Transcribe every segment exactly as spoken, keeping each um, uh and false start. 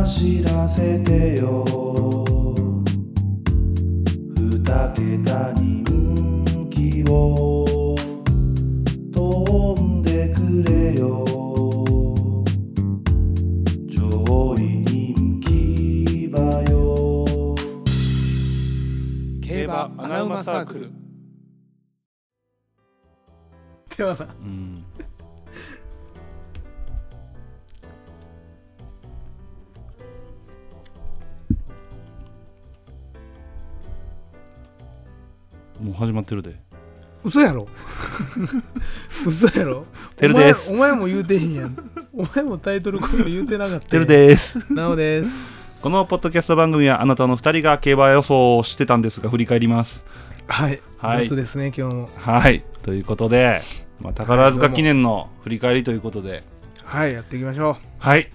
走らせてよ二桁人気を飛んでくれよ上位人気馬よ競馬アナウマサークルではな、 うんもう始まってるで。 嘘やろ嘘やろてるですお前、お前も言うてへんやん。お前もタイトルコール言うてなかったてるですなおです。 このポッドキャスト番組はあなたのふたりが競馬予想をしてたんですが振り返ります。 はい、 はい、 雑ですね今日も。 はいということで、まあ、宝塚記念の振り返りということで、 はい、やっていきましょう。 はい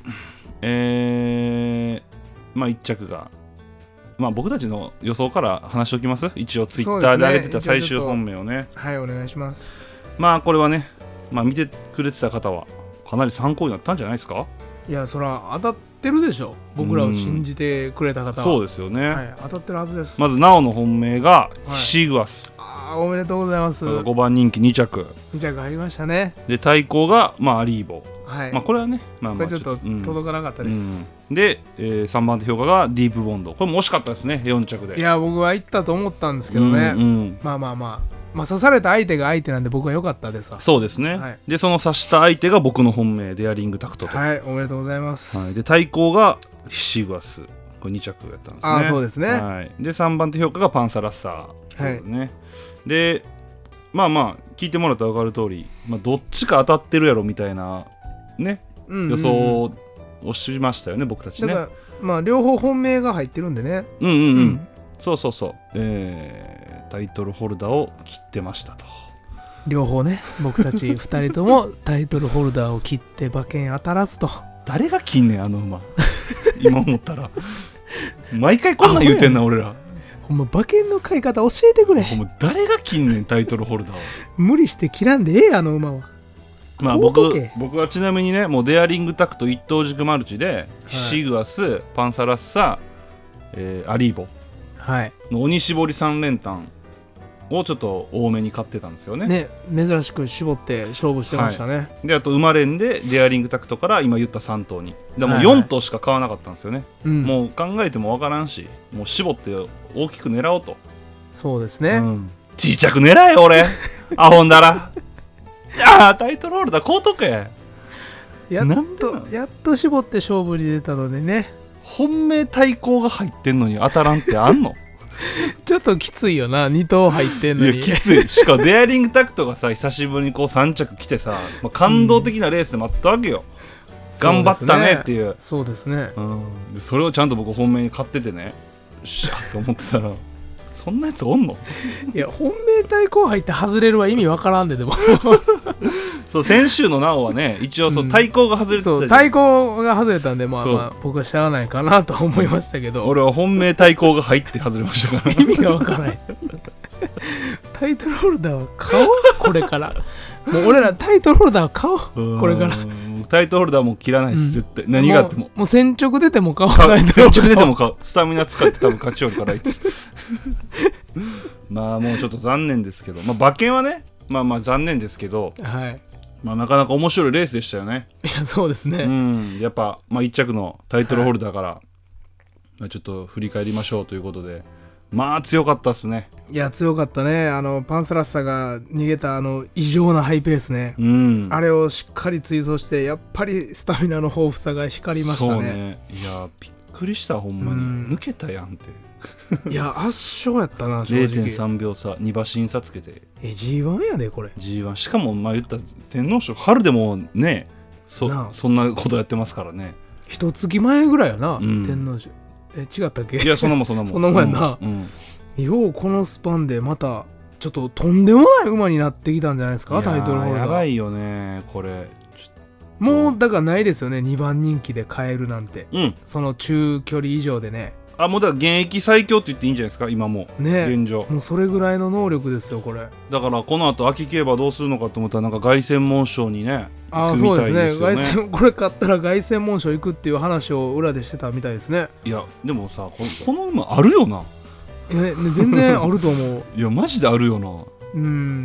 えー、まあいっ着がまあ僕たちの予想から話しておきます。一応ツイッターで上げてた最終本命をね。 はい、お願いします。 まあこれはね、まあ見てくれてた方はかなり参考になったんじゃないですか。 いや、そら当たってるでしょ、僕らを信じてくれた方は。 そうですよね、 はい、当たってるはずです。 まずなおの本命がヒシグアス、 はい、あおめでとうございます。 ごばん人気に着に着入りましたね。 で対抗が、まあ、アリーボ、 はい、 まあ、これはね、まあ、まあこれちょっと届かなかったです、 うん、で、えー、さんばん手評価がディープボンド。これも惜しかったですね、よん着で。 いや僕は行ったと思ったんですけどね、 うんうん、 まあまあまあまあ刺された相手が相手なんで僕は良かったですわ。 そうですね、はい、でその刺した相手が僕の本命デアリングタクトと。 はい、おめでとうございます、 はい、で対抗がヒシグアス、これに着やったんですね。 あそうですね、 はい、でさんばん手評価がパンサラッサー、はいね、でまあまあ聞いてもらったら分かる通り、まあ、どっちか当たってるやろみたいなね、うんうんうん、予想をしましたよね僕たちね。 だからまあ両方本命が入ってるんでね。 うんうんうん、うん、そうそうそう、えー、タイトルホルダーを切ってましたと。 両方ね、僕たちふたりともタイトルホルダーを切って馬券当たらずと。 誰が切んねんあの馬今思ったら毎回こんなん言うてんな俺ら。 ほんま馬券の買い方教えてくれ。 ほんま誰が切んねんタイトルホルダーを。 無理して切らんでええあの馬は。 まあ僕、僕はちなみにね、もうデアリングタクト一等軸マルチで、はい、シグアス、パンサラッサ、えー、アリーボの鬼絞りさん連単をちょっと多めに買ってたんですよね。 ね、珍しく絞って勝負してましたね、はい、 であと馬連でデアリングタクトから今言ったさん頭にでもよん頭しか買わなかったんですよね、はいはい、もう考えても分からんし、もう絞って大きく狙おうと。 そうですね、うん、 ちっちゃく狙えよ俺アホんだらあタイトルホルダー高得ややっとやっと絞って勝負に出たのでね。 本命対抗が入ってんのに当たらんってあんのちょっときついよな、に頭入ってんのに。 いやきつい。しかもデアリングタクトがさ久しぶりにこうさん着来てさ、まあ、感動的なレースで待ったわけよ、うん、頑張ったねっていう。 そうですね、 うん、でそれをちゃんと僕本命に買っててね、よっしゃって思ってたらそんなやつおんの。 いや本命対抗入って外れるは意味わからんで。でもそう先週のなおはね一応そう、うん、対抗が外れてた。 そう対抗が外れたんで、まあまあ僕はしゃあないかなと思いましたけど、 俺は本命対抗が入って外れましたから意味がわからないタイトルホルダーは買おうこれからもう俺らタイトルホルダーは買おうこれから。 タイトルホルダーも切らないです、うん、絶対何があっても。 もう先直出ても買おう。 先直出ても買う。スタミナ使って多分勝ちよるからあいつまあもうちょっと残念ですけど、まあ馬券はねまあまあ残念ですけど、はい、まあなかなか面白いレースでしたよね。 いやそうですね、 うん、やっぱ、まあ、いっ着のタイトルホルダーから、はい、まあ、ちょっと振り返りましょうということで、まあ強かったですね。 いや強かったね。あのパンサラッサが逃げたあの異常なハイペースね、うん、あれをしっかり追走してやっぱりスタミナの豊富さが光りましたね。 そうね、いやびっくりしたほんまに、うん、抜けたやんっていや圧勝やったな正直。 れいてんさん 秒差に馬身差つけて。 え ジーワン やでこれ ジーワン。 しかもまあ言った天皇賞春でもね そ, そんなことやってますからね。 一月前ぐらいやな、うん、天皇賞。え違ったっけ。 いやそんなもんそんなもんそんなもんやな、うんうん、ようこのスパンでまたちょっととんでもない馬になってきたんじゃないですか。タイトルホルダーやばいよねこれ。 もうだからないですよねにばん人気で買えるなんて、うん、その中距離以上でね。 あもうだから現役最強って言っていいんじゃないですか今もね。現状もうそれぐらいの能力ですよこれ。 だからこの後秋競馬どうするのかと思ったらなんか凱旋門賞にね行くみたいですよね。 あ、そうですね。これ買ったら凱旋門賞行くっていう話を裏でしてたみたいですね。 いやでもさ、この、この馬あるよな。 ね、全然あると思う。 いやマジであるよな。 うん。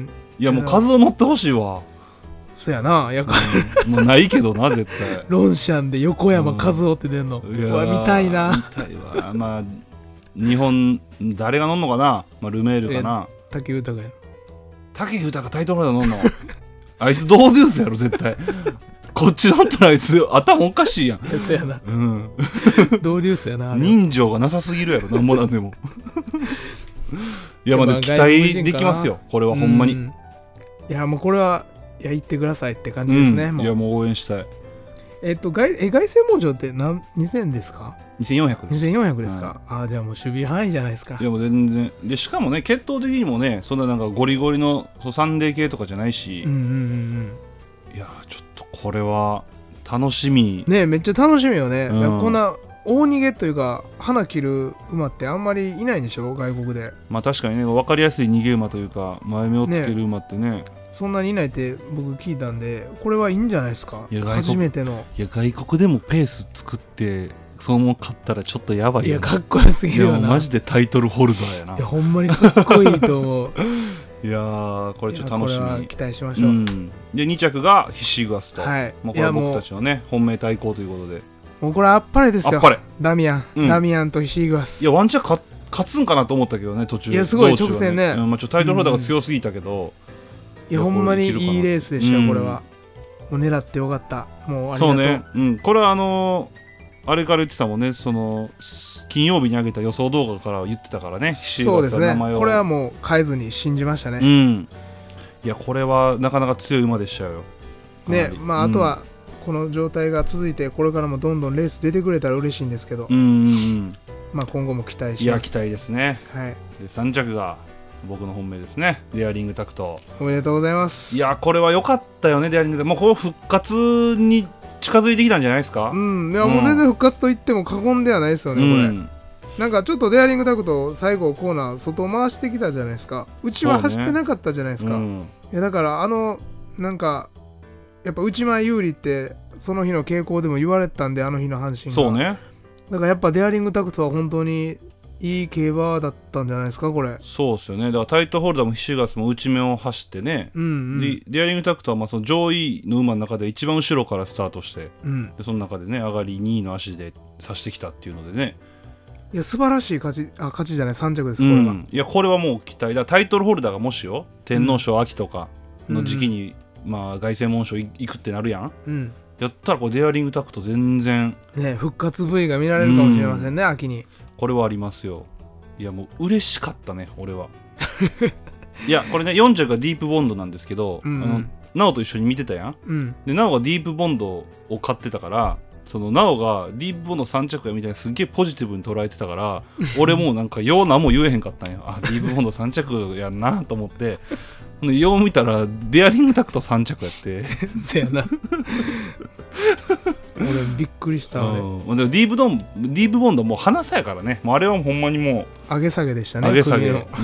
いやもう数を乗ってほしいわ。 そやな。いや、 うん、もうないけどな絶対。 ロンシャンで横山和夫って出んの。うん、いやうわ見たいな。 見たいわ。まあ日本誰が乗んのかな。まあ、ルメールかな。 武豊や。 武豊がタイトルホルダー乗んの。あいつドーデュースやろ絶対。こっち乗ったらあいつ頭おかしいやん。 そやな。 うん。 ドーデュースやな。 人情がなさすぎるやろなんもなんでも。いやまあでも期待できますよこれはほんまに。うん、 いやもうこれはいや言ってくださいって感じですね。 うん、 もういやもう応援したい。 えっと凱旋門賞って何にせんですか。 にせんよんひゃくです。 にせんよんひゃくですか。はい、ああじゃあもう守備範囲じゃないですか。 いやもう全然で、しかもね血統的にもねそんななんかゴリゴリのサンデー系とかじゃないし、 うんうんうんうん、 いやちょっとこれは楽しみね。めっちゃ楽しみよね。うん、こんな大逃げというか花切る馬ってあんまりいないんでしょ外国で。 まあ確かにね分かりやすい逃げ馬というか前目をつける馬って ね, ねそんなにいないって僕聞いたんでこれはいいんじゃないですか。初めての。 いや外国でもペース作ってそのまま勝ったらちょっとやばいよ、ね、 いやかっこよすぎるよな。 いやマジでタイトルホルダーやな。 いやほんまにかっこいいと思う。 いやーこれちょっと楽しみ。 これは期待しましょう。うん、 でに着がヒシグアスと、 はい、 まあ、これは僕たちのね本命対抗ということでもうこれあっぱれですよ。 あっぱれダミアン、うん、ダミアンとヒシグアス。 いやワンチャン勝つんかなと思ったけどね途中。 いやすごい直線ね。 ね、まあ、ちょっとタイトルホルダーが強すぎたけど、うん、 いやほんまにいいレースでしたよこれは。もう狙ってよかった。もうありがとう。 そうね、うん、これはあのーあれから言ってたもんね、その金曜日に上げた予想動画から言ってたからね。 そうですね。これはもう変えずに信じましたね。 うん。いやこれはなかなか強い馬でしたよ。 ね、まあ、うん、あとはこの状態が続いてこれからもどんどんレース出てくれたら嬉しいんですけど、 うんうんうん、 まあ今後も期待します。 いや期待ですね。 はい。 でさん着が僕の本命ですね。デアリングタクト。 おめでとうございます。 いやこれは良かったよねデアリングタクト。もうこの復活に近づいてきたんじゃないですか。 うん、いやもう全然復活と言っても過言ではないですよね、うん、これなんかちょっとデアリングタクト最後コーナー外回してきたじゃないですか。うちは走ってなかったじゃないですか、ねうん、いやだからあのなんかやっぱ内前有利ってその日の傾向でも言われてたんで、あの日の阪神が。 そうね。 だからやっぱデアリングタクトは本当にいい競馬だったんじゃないですかこれ。 そうですよね。だからタイトホルダーもヒシガスも内面を走ってね、うんうん、でデアリングタクトはまあその上位の馬の中で一番後ろからスタートして、うん、でその中でね上がりにいの足で刺してきたっていうのでね。 いや素晴らしい勝ち、あ勝ちじゃないさん着ですこれは、うん、 いやこれはもう期待だ。タイトルホルダーがもしよ天皇賞秋とかの時期に、うん、まあ凱旋門賞行くってなるやん、うん、やったらこうデアリングタクト全然ね復活 ブイ が見られるかもしれませんね、うん、秋に。 これはありますよ。いやもう嬉しかったね俺は。いやこれねよん着がディープボンドなんですけど、うんうん、あのナオと一緒に見てたやん、うん、でナオがディープボンドを買ってたから、そのナオがディープボンドさん着やみたいなすっげえポジティブに捉えてたから俺もうなんかよう何も言えへんかったんや。あディープボンドさん着やんなと思ってよう見たらデアリングタクトさん着やって。 せやな。俺びっくりした。 でもディープドンディープボンドもう花さやからね。もうあれはほんまにもう上げ下げでしたね。 上げ下げ、うん、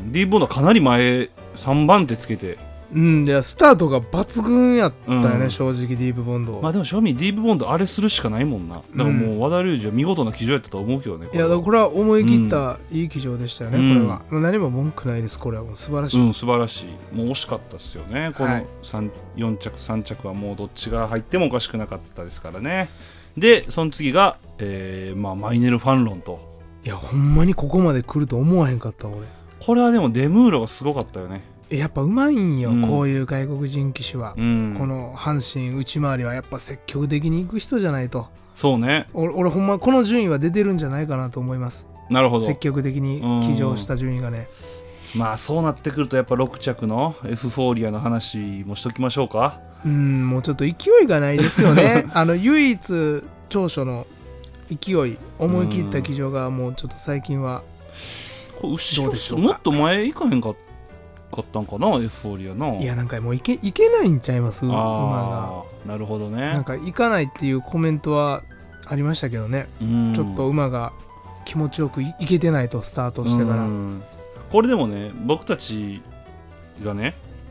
ディープボンドかなり前さんばん手つけて、 うん、いやスタートが抜群やったよね、うん、正直ディープボンド。 まあでも正味ディープボンドあれするしかないもんな。だからもう和田龍二は見事な騎乗やったと思うけどね。 いやだからこれは思い切ったいい騎乗でしたよね、うん、これはもう何も文句ないです。これはもう素晴らしい、 うん、素晴らしい。もう惜しかったですよねこのよん着さん着は。もうどっちが入ってもおかしくなかったですからね。でその次が、えーまあ、マイネル・ファンロンと。 いやほんまにここまで来ると思わへんかった俺。 これはでもデムーロがすごかったよね。 やっぱうまいんよ、うん、こういう外国人騎手は、 うん、 この阪神内回りはやっぱ積極的に行く人じゃないと。 そうね。 俺, 俺ほんまこの順位は出てるんじゃないかなと思います。 なるほど。 積極的に騎乗した順位がね。 まあそうなってくるとやっぱろく着のエフフォーリアの話もしときましょうか。 うんもうちょっと勢いがないですよね。あの唯一長所の勢い思い切った騎乗がもうちょっと最近はこれ後ろもっと前行かへんかったんかなエフフォーリアな。 いやなんかもういけ、いけないんちゃいます馬が。 なるほどね。 なんか行かないっていうコメントはありましたけどね。ちょっと馬が気持ちよくいけてないとスタートしてから。 これでもね僕たちがね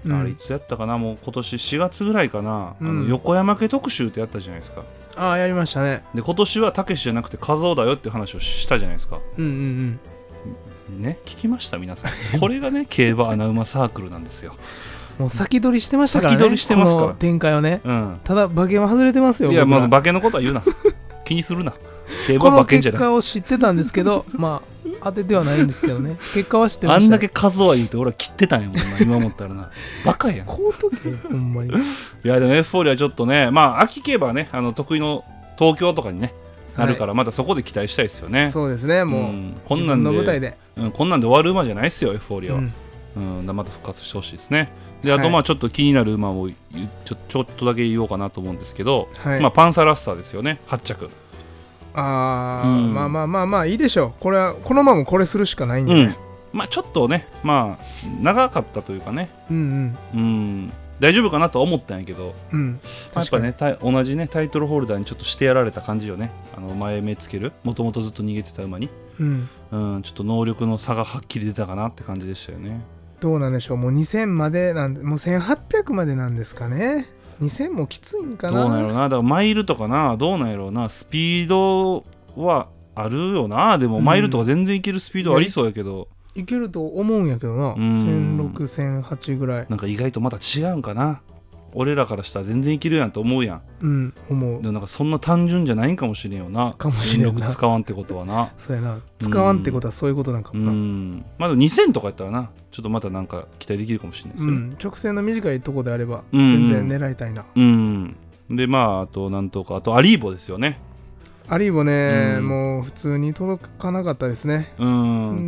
うん、 あれいつやったかな、もう今年しがつぐらいかな、 うん、 あの横山家特集ってやったじゃないですか。 ああやりましたね。 で今年はたけしじゃなくて和夫だよっていう話をしたじゃないですか。 うんうんうんね、聞きました皆さん。これがね競馬穴馬サークルなんですよ。 もう先取りしてましたからね。 先取りしてますから、 この展開をね、 うん、 ただ馬券は外れてますよ。 いやまず馬券のことは言うな気にするな。競馬馬券じゃない。 この結果を知ってたんですけどまあ当ててはないんですけどね。結果は知ってました。 あんだけ数は言うて俺は切ってたんやもんな今思ったらな。バカやん。 こうとけほんまに。 いやでも エフフォー はちょっとね、まあ秋競馬はねあの得意の東京とかにねなるから、はい、またそこで期待したいですよね。 そうですね。もう、うん、こんなんで自分の舞台で、 うん、こんなんで終わる馬じゃないですよ エフフォー は、うんうん、また復活してほしいですね。であとまあちょっと気になる馬をちょ、ちょっとだけ言おうかなと思うんですけど、はい、まあ、パンサラッサーですよね。はっ着。 あー、うん、まあまあまあまあいいでしょう。これはこの馬もこれするしかないんでね、うん、 まあちょっとねまあ長かったというかね、 うんうん、 うん大丈夫かなとは思ったんやけど、うん、やっぱね同じねタイトルホルダーにちょっとしてやられた感じよね。あの前目つけるもともとずっと逃げてた馬に、うんうん、ちょっと能力の差がはっきり出たかなって感じでしたよね。 どうなんでしょう。もうにせんまでなんで、もうせんはっぴゃくまでなんですかね。にせんもきついんかな。 どうなんやろうな。だからマイルとかな、どうなんやろうな。スピードはあるよな。でもマイルとか全然いけるスピードありそうやけど、 うん、いけると思うんやけどな。せんろく、せんはちぐらい。 なんか意外とまた違うんかな。俺らからしたら全然いけるやんと思うやん。 うん思う。 でもなんかそんな単純じゃないんかもしれんよな。 かもしれんな。 使わんってことはな。 そうやな。使わんってことはそういうことなんかもな。 うん。まだにせんとかやったらな、ちょっとまたなんか期待できるかもしれないですよ、ね。うん。 直線の短いとこであれば全然狙いたいな。 うん。うん、でまああとなんとかあとアリーボですよね。 アリーボね、うん、もう普通に届かなかったですね。うん。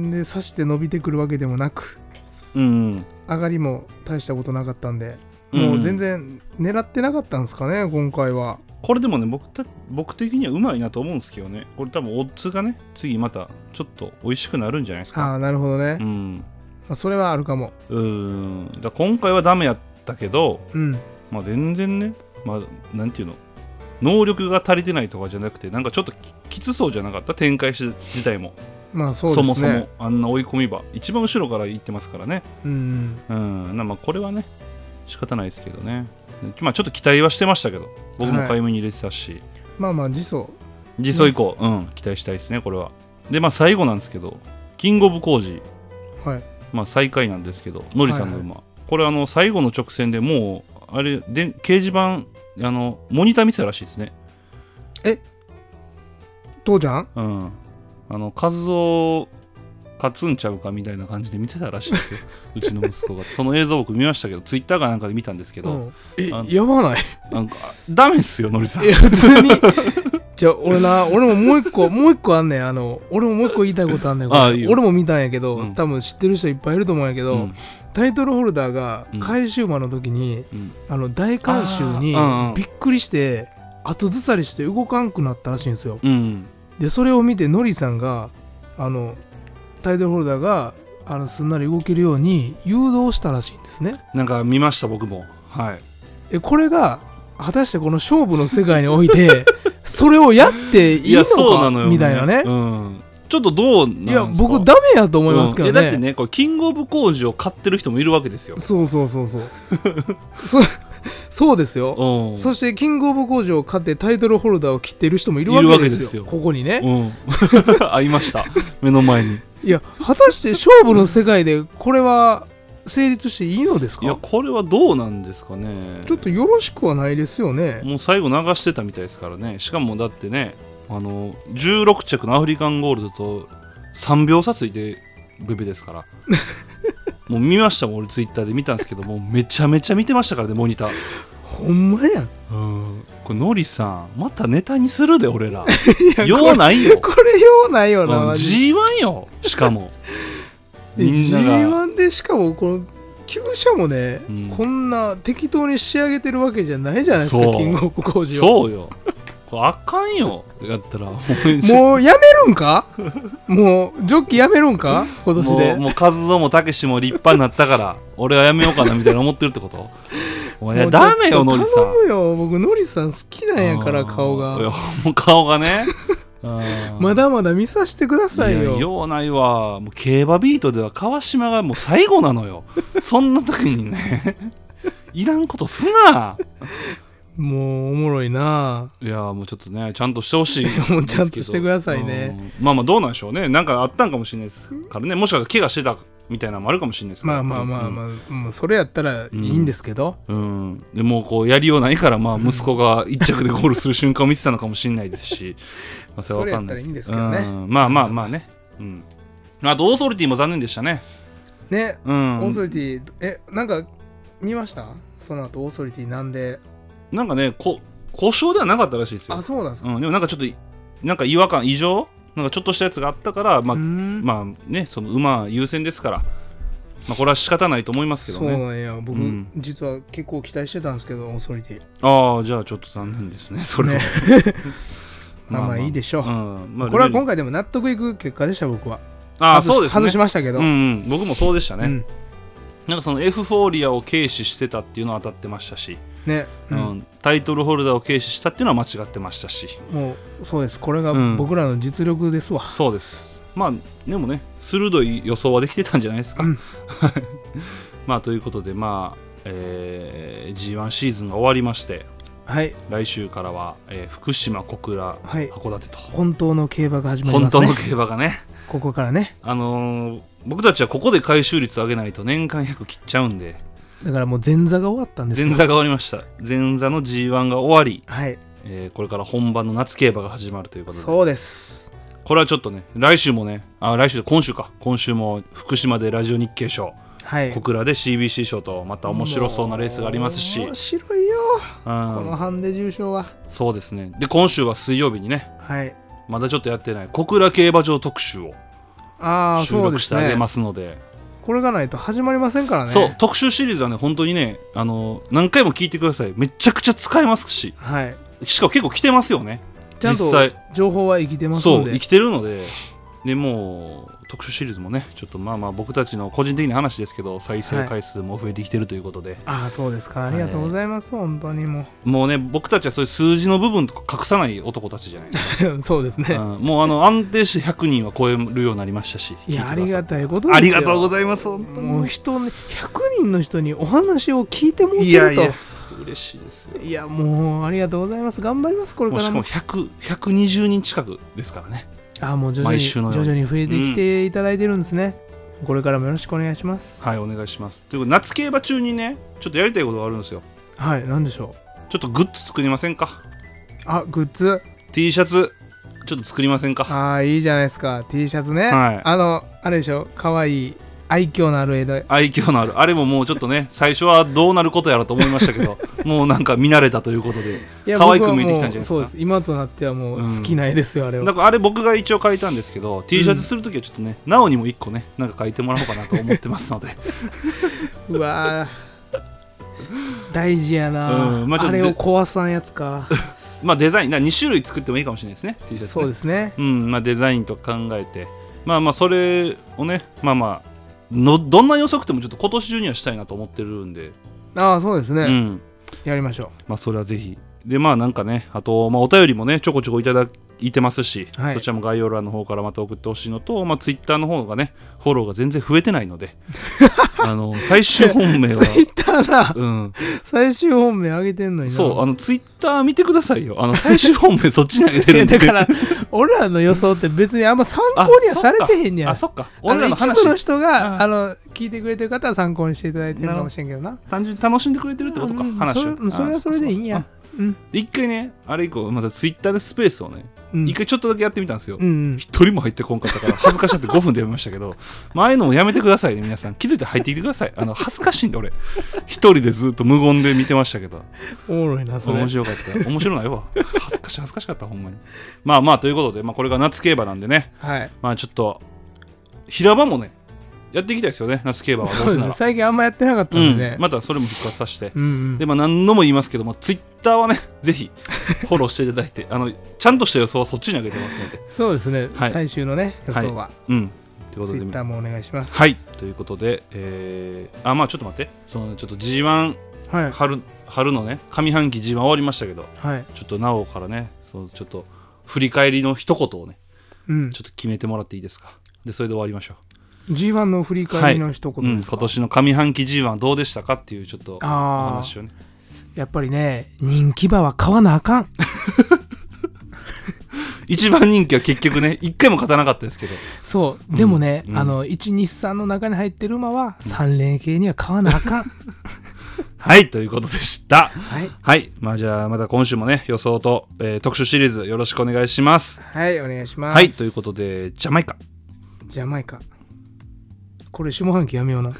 で刺して伸びてくるわけでもなく、うん。上がりも大したことなかったんで。もう全然狙ってなかったんですかね、うん、今回は。これでもね 僕, た僕的にはうまいなと思うんですけどね。これ多分オッズがね次またちょっと美味しくなるんじゃないですか。 ああなるほどね、うんまあ、それはあるかも。 うーんだ今回はダメやったけど、うんまあ、全然ね、まあ、なんていうの能力が足りてないとかじゃなくてなんかちょっと き, きつそうじゃなかった展開し自体も。 まあそうですね、 そもそもあんな追い込み場一番後ろから行ってますからね。うん、うん、まあこれはね仕方ないですけどね。まあちょっと期待はしてましたけど僕も買い物に入れてたし、はい、 まあまあ次走次走以降、ね、うん期待したいですねこれは。でまあ最後なんですけどキングオブコージー、はい、まあ最下位なんですけどノリさんの馬、はいはい、これあの最後の直線でもうあれで掲示板あのモニター見てたらしいですね。 え父ちゃん？ うんあの和夫勝つんちゃうかみたいな感じで見てたらしいですようちの息子が。その映像僕見ましたけどツイッターかなんかで見たんですけど、うん、 えやばないなんかダメっすよノリさん。 いや普通にじゃあ俺な俺ももう一個もう一個あんねん。あの俺ももう一個言いたいことあんねん。ああいい俺も見たんやけど、うん、多分知ってる人いっぱいいると思うんやけど、うん、タイトルホルダーが回収馬の時に、うん、あの大観衆にびっくりして後ずさりして動かんくなったらしいんですよ、うん、でそれを見てノリさんがあのタイトルホルダーがあのすんなり動けるように誘導したらしいんですね。 なんか見ました僕も。はいえこれが果たしてこの勝負の世界においてそれをやっていいのかなみたいなね、うん、 ちょっとどうなんですか。 いや僕ダメやと思いますけどね、 うん、だってねこれキングオブコージを買ってる人もいるわけですよ。 そうそうそうそうそ, そうですよ、うん、そしてキングオブコージを買ってタイトルホルダーを切ってる人もいるわけですよ。ですよここにね、 うん、会いました目の前に。 いや果たして勝負の世界でこれは成立していいのですか。 いやこれはどうなんですかね。 ちょっとよろしくはないですよね。 もう最後流してたみたいですからね。しかもだってねあのじゅうろく着のアフリカンゴールドとさんびょう差ついてベベですからもう見ましたもん俺ツイッターで見たんですけどもうめちゃめちゃ見てましたからねモニター。 ほんまやん。 うんこれノリさんまたネタにするで俺らようないよこれようないよな、うん、 ジーワン よしかもみんなが ジーワン でしかもこの厩舎もね、うん、こんな適当に仕上げてるわけじゃないじゃないですかキングオブコージは。 そうよこれあかんよやったらもうもうやめるんかもうジョッキやめるんか今年で。 もうもうカズオもタケシも立派になったから俺はやめようかなみたいな思ってるってこと。お前ダメよノリさん。 頼むよ僕ノリさん好きなんやから顔が。 いやもう顔がねまだまだ見させてくださいよ。 いやようないわ。もう競馬ビートでは川島がもう最後なのよそんな時にねいらんことすな。 もうおもろいな。 いやもうちょっとねちゃんとしてほしいもうちゃんとしてくださいね。 まあまあどうなんでしょうね。なんかあったんかもしれないですからね。もしかしたら怪我してたみたいなのもあるかもしれないですから。 まあまあまあまあ、うん、もうそれやったらいいんですけど、 うん、うん、でもこうやりようないからまあ息子が一着でゴールする瞬間を見てたのかもしれないですしまあそれは分かんないですけど、 それやったらいいんですけどね、 うん、まあまあまあね、うん、あとオーソリティも残念でしたね。 ね、 うん、 オーソリティえなんか見ました？その後オーソリティなんでなんかねこ故障ではなかったらしいですよ。 あ、そうなんですか、 うん、でもなんかちょっとなんか違和感異常なんかちょっとしたやつがあったからまあまあねその馬優先ですから、まあ、これは仕方ないと思いますけどね。 そうなんや僕、うん、実は結構期待してたんですけどオーソリティ。 ああじゃあちょっと残念ですねそれは、ね、 まあまあいいでしょう、 うんまあ、 これは今回でも納得いく結果でした僕は。 ああそうですね外しましたけど、 うんうん、僕もそうでしたね、うん、なんかそのエフフォーリアを軽視してたっていうのは当たってましたしね、 うんうん、タイトルホルダーを軽視したっていうのは間違ってましたし、 もうそうです。これが僕らの実力ですわ、 うん、そうです。まあでもね鋭い予想はできてたんじゃないですか、うん、まあということでまあ、えー、ジーワン シーズンが終わりまして、はい、来週からは、えー、福島小倉、はい、函館と本当の競馬が始まりますね。 本当の競馬がねここからね、 あのー、僕たちはここで回収率上げないと年間ひゃく切っちゃうんで、 だからもう前座が終わったんですよ。 前座が終わりました。前座の ジーワン が終わり、 はいえー、これから本番の夏競馬が始まるということで、 そうです。 これはちょっとね来週もねあ来週今週か今週も福島でラジオ日経賞、はい、小倉で シービーシー 賞とまた面白そうなレースがありますし、 面白いよ、うん、このハンデ重賞は。 そうですね。で今週は水曜日にね、 はい、 まだちょっとやってない小倉競馬場特集を収録してあげますので、 これがないと始まりませんからね。 そう特集シリーズはね本当にねあの何回も聞いてください。めちゃくちゃ使えますし、はい、しかも結構来てますよね。 ちゃんと情報は生きてますので、 そう生きてるので、でもう特集シリーズもねちょっとまあまあ僕たちの個人的な話ですけど再生回数も増えてきてるということで、はい、 ああそうですか、ありがとうございます、はい、本当にもうもうね僕たちはそういう数字の部分とか隠さない男たちじゃないですかそうですね、 うん、もうあの安定してひゃくにんは超えるようになりましたし、 いやありがたいことですよ。 ありがとうございます。本当にもう人、ね、ひゃくにんの人にお話を聞いてもらってると、 いやいや嬉しいですよ。 いやもうありがとうございます。頑張りますこれからも。 もうしかもひゃく、ひゃくにじゅうにん近くですからね。 ああもう徐々に徐々に増えてきていただいてるんですね、うん、これからもよろしくお願いします。 はいお願いします。ということで夏競馬中にねちょっとやりたいことがあるんですよ。 はい、何でしょう。ちょっとグッズ作りませんか。 あグッズ T シャツちょっと作りませんか。 ああいいじゃないですか T シャツね、はい、あのあれでしょかわいい愛嬌のある絵で愛嬌のあるあれももうちょっとね最初はどうなることやらと思いましたけどもうなんか見慣れたということで可愛く見えてきたんじゃないですか。 そうです今となってはもう好きな絵ですよ、うん、あれは。 だからあれ僕が一応描いたんですけど、うん、T シャツするときはちょっとねなおにもいっこねなんか描いてもらおうかなと思ってますのでうわ大事やな、うんまあ、あれを壊さんやつかまあデザインに種類作ってもいいかもしれないですね T シャツね。 そうですね、 うんまあ、デザインと考えてまあまあそれをねまあまあのどんな予測でもちょっと今年中にはしたいなと思ってるんで。 ああそうですね、 うん、 やりましょう。 まあそれはぜひでまあなんかねあと、まあ、お便りもねちょこちょこいただいてますし、はい、そちらも概要欄の方からまた送ってほしいのと、まあ、ツイッターの方がねフォローが全然増えてないのであの最終本命はツイッターだ、 うん、 最終本命上げてんのにな。 そうあのツイッター見てくださいよ。あの最終本命そっちに上げてるんでだから俺らの予想って別にあんま参考にはされてへんねや。 あそっか俺らの話一部の人があの聞いてくれてる方は参考にしていただいてるかもしれんけどな。 単純に楽しんでくれてるってことか、うん、話をそ, それはそれでいいんや。うん、 一回ねあれ以降またツイッターでスペースをね、うん、一回ちょっとだけやってみたんですよ。一、うん、人も入ってこんかったから恥ずかしくてごふんでやめましたけどまあああいうのもやめてくださいね皆さん。気づいて入ってきてください。あの恥ずかしいんで俺一人でずっと無言で見てましたけどおもろいなそれ。 面白かった面白ないわ恥ずかしい恥ずかしかったほんまに。まあまあということで、まあ、これが夏競馬なんでね、はい、まあちょっと平場もねやっていきたいですよね夏競馬は。 そうですね最近あんまやってなかったんでね、 うん、またそれも復活させてうん、うん、でまあ何度も言いますけどもツイッターはねぜひフォローしていただいてあのちゃんとした予想はそっちに上げてますのでそうですね、はい、最終のね予想は、はい、うんということでツイッターもお願いします。 はいということで、えー、あまあちょっと待ってそのちょっと ジーワン、はい、春, 春のね上半期 ジーワン 終わりましたけど、はい、ちょっとなおからねそうちょっと振り返りの一言をね、 うん、 ちょっと決めてもらっていいですか。でそれで終わりましょう。 ジーワン の振り返りの一言ですか、 はい、うん、今年の上半期 ジーワン どうでしたかっていうちょっとお話をね。 やっぱりね、人気馬は買わなあかん一番人気は結局ね一回も勝たなかったですけど、 そう、でもね、うん、あのいちにさんの中に入ってる馬はさん連系には買わなあかんはいということでした。 はい、 はい、まあじゃあまた今週もね予想と、えー、特集シリーズよろしくお願いします。 はい、お願いします。 はい、ということでジャマイカジャマイカこれ下半期やめような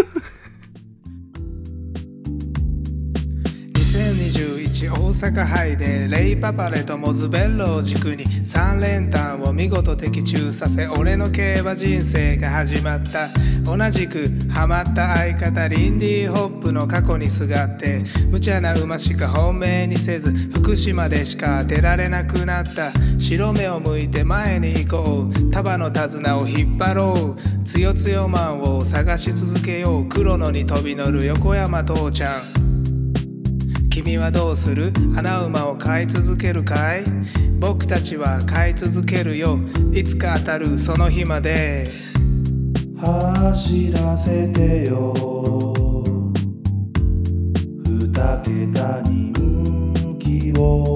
にせんにじゅういち大阪杯でレイパパレとモズベッロを軸にさん連単を見事的中させ、俺の競馬人生が始まった。同じくハマった相方リンディホップの過去にすがって無茶な馬しか本命にせず福島でしか当てられなくなった。白目を向いて前に行こう、束の手綱を引っ張ろう、つよつよマンを探し続けよう、黒野に飛び乗る横山父ちゃん。君はどうする？穴馬を飼い続けるかい？僕たちは飼い続けるよ、いつか当たるその日まで走らせてよ二桁人気を